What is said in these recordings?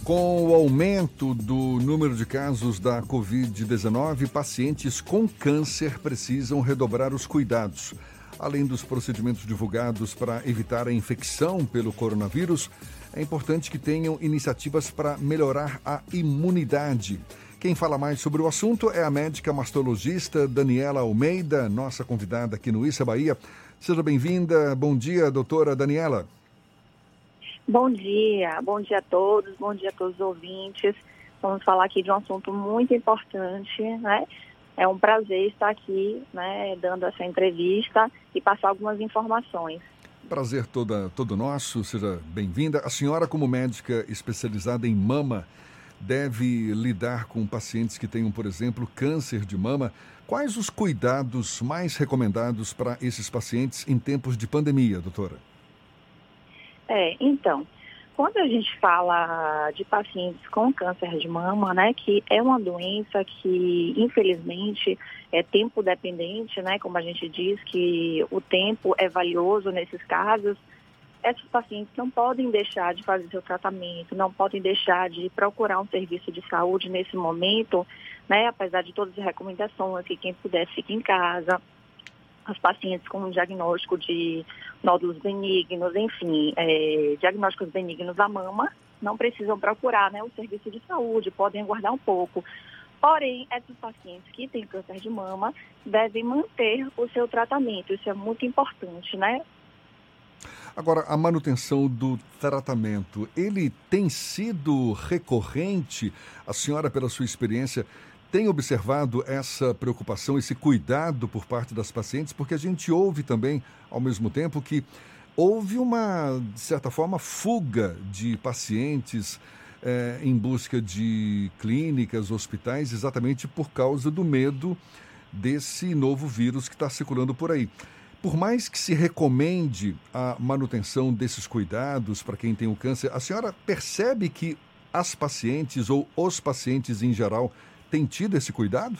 Com o aumento do número de casos da Covid-19, pacientes com câncer precisam redobrar os cuidados. Além dos procedimentos divulgados para evitar a infecção pelo coronavírus, é importante que tenham iniciativas para melhorar a imunidade. Quem fala mais sobre o assunto é a médica mastologista Daniela Almeida, nossa convidada aqui no Issa Bahia. Seja bem-vinda. Bom dia, doutora Daniela. Bom dia a todos, bom dia a todos os ouvintes. Vamos falar aqui de um assunto muito importante, né? É um prazer estar aqui, né, dando essa entrevista e passar algumas informações. Prazer todo nosso, seja bem-vinda. A senhora, como médica especializada em mama, deve lidar com pacientes que tenham, por exemplo, câncer de mama. Quais os cuidados mais recomendados para esses pacientes em tempos de pandemia, doutora? Então, quando a gente fala de pacientes com câncer de mama, né, que é uma doença que, infelizmente, é tempo dependente, né, como a gente diz, que o tempo é valioso nesses casos, esses pacientes não podem deixar de fazer seu tratamento, não podem deixar de procurar um serviço de saúde nesse momento, né, apesar de todas as recomendações, que quem puder fique em casa. Os pacientes com diagnóstico de nódulos benignos, enfim, diagnósticos benignos da mama, não precisam procurar, né, o serviço de saúde, podem aguardar um pouco. Porém, esses pacientes que têm câncer de mama devem manter o seu tratamento, isso é muito importante, né? Agora, a manutenção do tratamento, ele tem sido recorrente? A senhora, pela sua experiência, tem observado essa preocupação, esse cuidado por parte das pacientes? Porque a gente ouve também, ao mesmo tempo, que houve uma, de certa forma, fuga de pacientes em busca de clínicas, hospitais, exatamente por causa do medo desse novo vírus que está circulando por aí. Por mais que se recomende a manutenção desses cuidados para quem tem o câncer, a senhora percebe que as pacientes ou os pacientes em geral têm tido esse cuidado?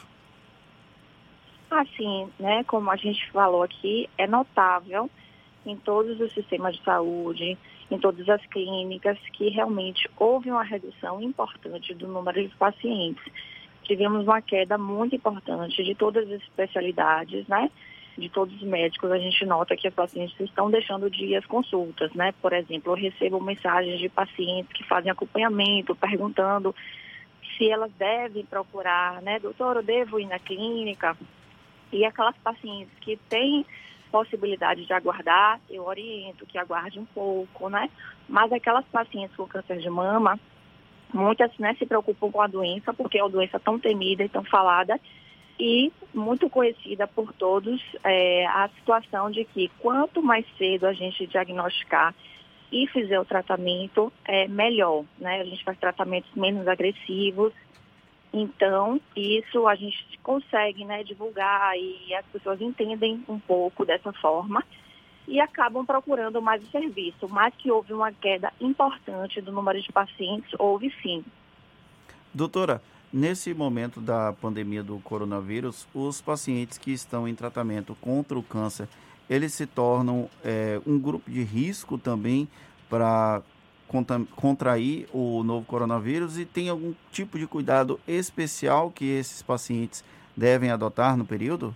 Assim, né, como a gente falou aqui, é notável em todos os sistemas de saúde, em todas as clínicas, que realmente houve uma redução importante do número de pacientes. Tivemos uma queda muito importante de todas as especialidades, né? De todos os médicos. A gente nota que os pacientes estão deixando de ir às consultas, né? Por exemplo, eu recebo mensagens de pacientes que fazem acompanhamento, perguntando se elas devem procurar, né? Doutor, eu devo ir na clínica? E aquelas pacientes que têm possibilidade de aguardar, eu oriento que aguarde um pouco, né? Mas aquelas pacientes com câncer de mama, muitas, né, se preocupam com a doença, porque é uma doença tão temida e tão falada, e muito conhecida por todos, a situação de que quanto mais cedo a gente diagnosticar e fizer o tratamento, melhor, né? A gente faz tratamentos menos agressivos. Então, isso a gente consegue, né, divulgar, e as pessoas entendem um pouco dessa forma e acabam procurando mais o serviço. Mas que houve uma queda importante do número de pacientes, houve sim. Doutora, nesse momento da pandemia do coronavírus, os pacientes que estão em tratamento contra o câncer, eles se tornam um grupo de risco também para contrair o novo coronavírus, e tem algum tipo de cuidado especial que esses pacientes devem adotar no período?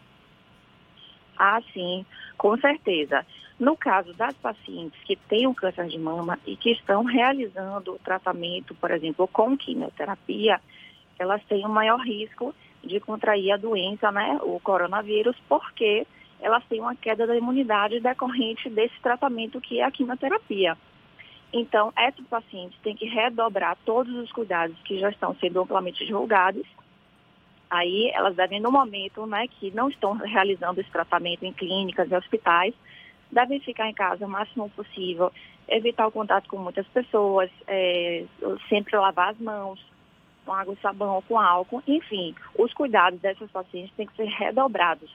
Ah, sim, com certeza. No caso das pacientes que têm o câncer de mama e que estão realizando o tratamento, por exemplo, com quimioterapia, elas têm um maior risco de contrair a doença, né, o coronavírus, porque elas têm uma queda da imunidade decorrente desse tratamento que é a quimioterapia. Então, essas pacientes têm que redobrar todos os cuidados que já estão sendo amplamente divulgados. Aí, elas devem, no momento, né, que não estão realizando esse tratamento em clínicas e hospitais, devem ficar em casa o máximo possível, evitar o contato com muitas pessoas, sempre lavar as mãos com água e sabão, com álcool, enfim, os cuidados dessas pacientes têm que ser redobrados.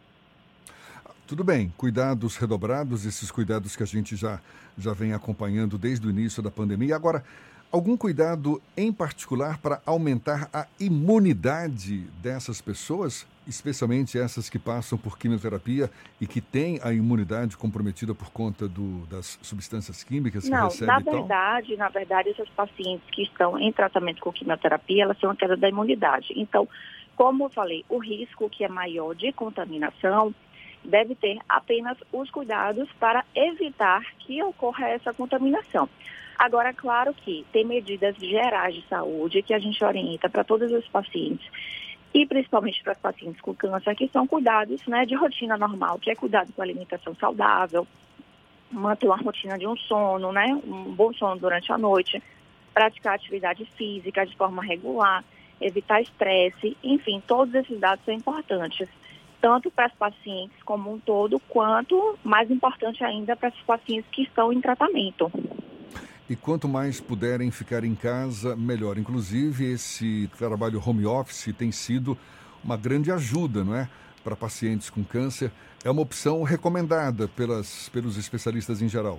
Tudo bem, cuidados redobrados, esses cuidados que a gente já vem acompanhando desde o início da pandemia. Agora, Algum cuidado em particular para aumentar a imunidade dessas pessoas, especialmente essas que passam por quimioterapia e que têm a imunidade comprometida por conta das substâncias químicas que Não, recebem e tal? na verdade, essas pacientes que estão em tratamento com quimioterapia, elas têm uma queda da imunidade. Então, como eu falei, o risco que é maior de contaminação deve ter apenas os cuidados para evitar que ocorra essa contaminação. Agora, claro que tem medidas gerais de saúde que a gente orienta para todos os pacientes, e principalmente para os pacientes com câncer, que são cuidados, né, de rotina normal, que é cuidado com a alimentação saudável, manter uma rotina de um sono, né, um bom sono durante a noite, praticar atividade física de forma regular, evitar estresse, enfim, todos esses dados são importantes, tanto para as pacientes como um todo, quanto, mais importante ainda, para os pacientes que estão em tratamento. E quanto mais puderem ficar em casa, melhor. Inclusive, esse trabalho home office tem sido uma grande ajuda, não é? Para pacientes com câncer. É uma opção recomendada pelos especialistas em geral.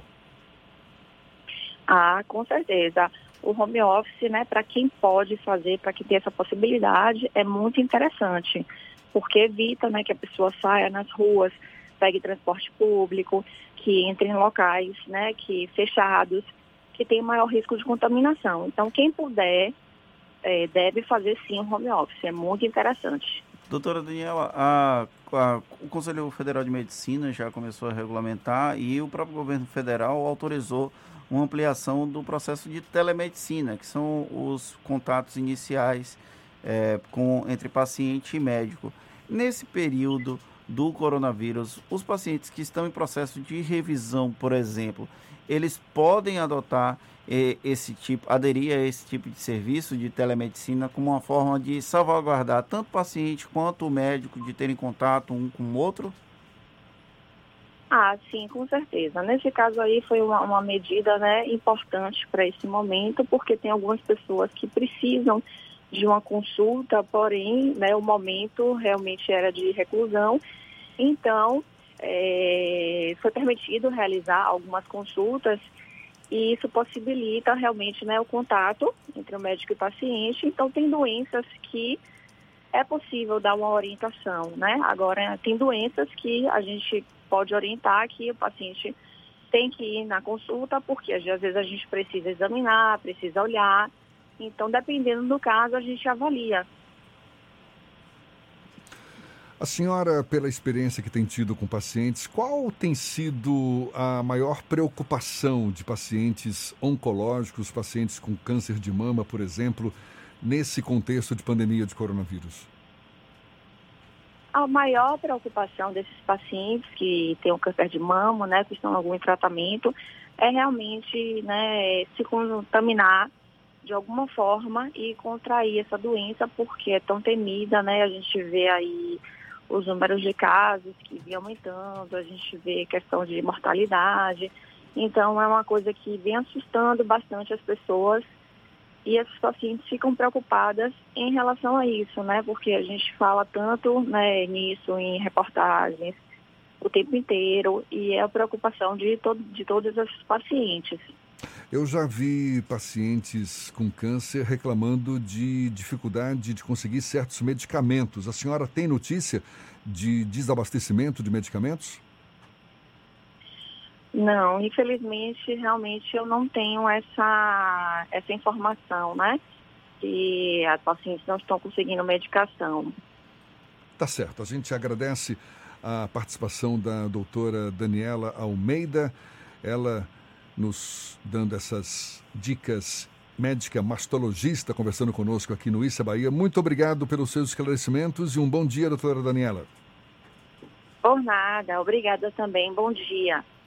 Ah, com certeza. O home office, né, para quem pode fazer, para quem tem essa possibilidade, é muito interessante, porque evita, né, que a pessoa saia nas ruas, pegue transporte público, que entre em locais, né, que fechados, que tem maior risco de contaminação. Então, quem puder, deve fazer sim o home office. É muito interessante. Doutora Daniela, o Conselho Federal de Medicina já começou a regulamentar e o próprio governo federal autorizou uma ampliação do processo de telemedicina, que são os contatos iniciais entre paciente e médico. Nesse período do coronavírus, os pacientes que estão em processo de revisão, por exemplo, eles podem aderir a esse tipo de serviço de telemedicina como uma forma de salvaguardar tanto o paciente quanto o médico de terem contato um com o outro? Ah, sim, com certeza. Nesse caso aí foi uma medida, né, importante para esse momento, porque tem algumas pessoas que precisam de uma consulta, porém, né, o momento realmente era de reclusão. Então, foi permitido realizar algumas consultas e isso possibilita realmente, né, o contato entre o médico e o paciente. Então, tem doenças que é possível dar uma orientação, né? Agora, tem doenças que a gente pode orientar que o paciente tem que ir na consulta, porque às vezes a gente precisa examinar, precisa olhar. Então, dependendo do caso, a gente avalia. A senhora, pela experiência que tem tido com pacientes, qual tem sido a maior preocupação de pacientes oncológicos, pacientes com câncer de mama, por exemplo, nesse contexto de pandemia de coronavírus? A maior preocupação desses pacientes que têm um câncer de mama, né, que estão em tratamento, é realmente, né, se contaminar de alguma forma e contrair essa doença, porque é tão temida, né? A gente vê aí os números de casos que vem aumentando, a gente vê questão de mortalidade. Então, é uma coisa que vem assustando bastante as pessoas e as pacientes ficam preocupadas em relação a isso, né? Porque a gente fala tanto, né, nisso em reportagens o tempo inteiro e é a preocupação de todos os pacientes. Eu já vi pacientes com câncer reclamando de dificuldade de conseguir certos medicamentos. A senhora tem notícia de desabastecimento de medicamentos? Não, infelizmente, realmente eu não tenho essa informação, né? Que as pacientes não estão conseguindo medicação. Tá certo. A gente agradece a participação da doutora Daniela Almeida, ela nos dando essas dicas, médica mastologista, conversando conosco aqui no Issa Bahia. Muito obrigado pelos seus esclarecimentos e um bom dia, doutora Daniela. Por nada, obrigada também, bom dia.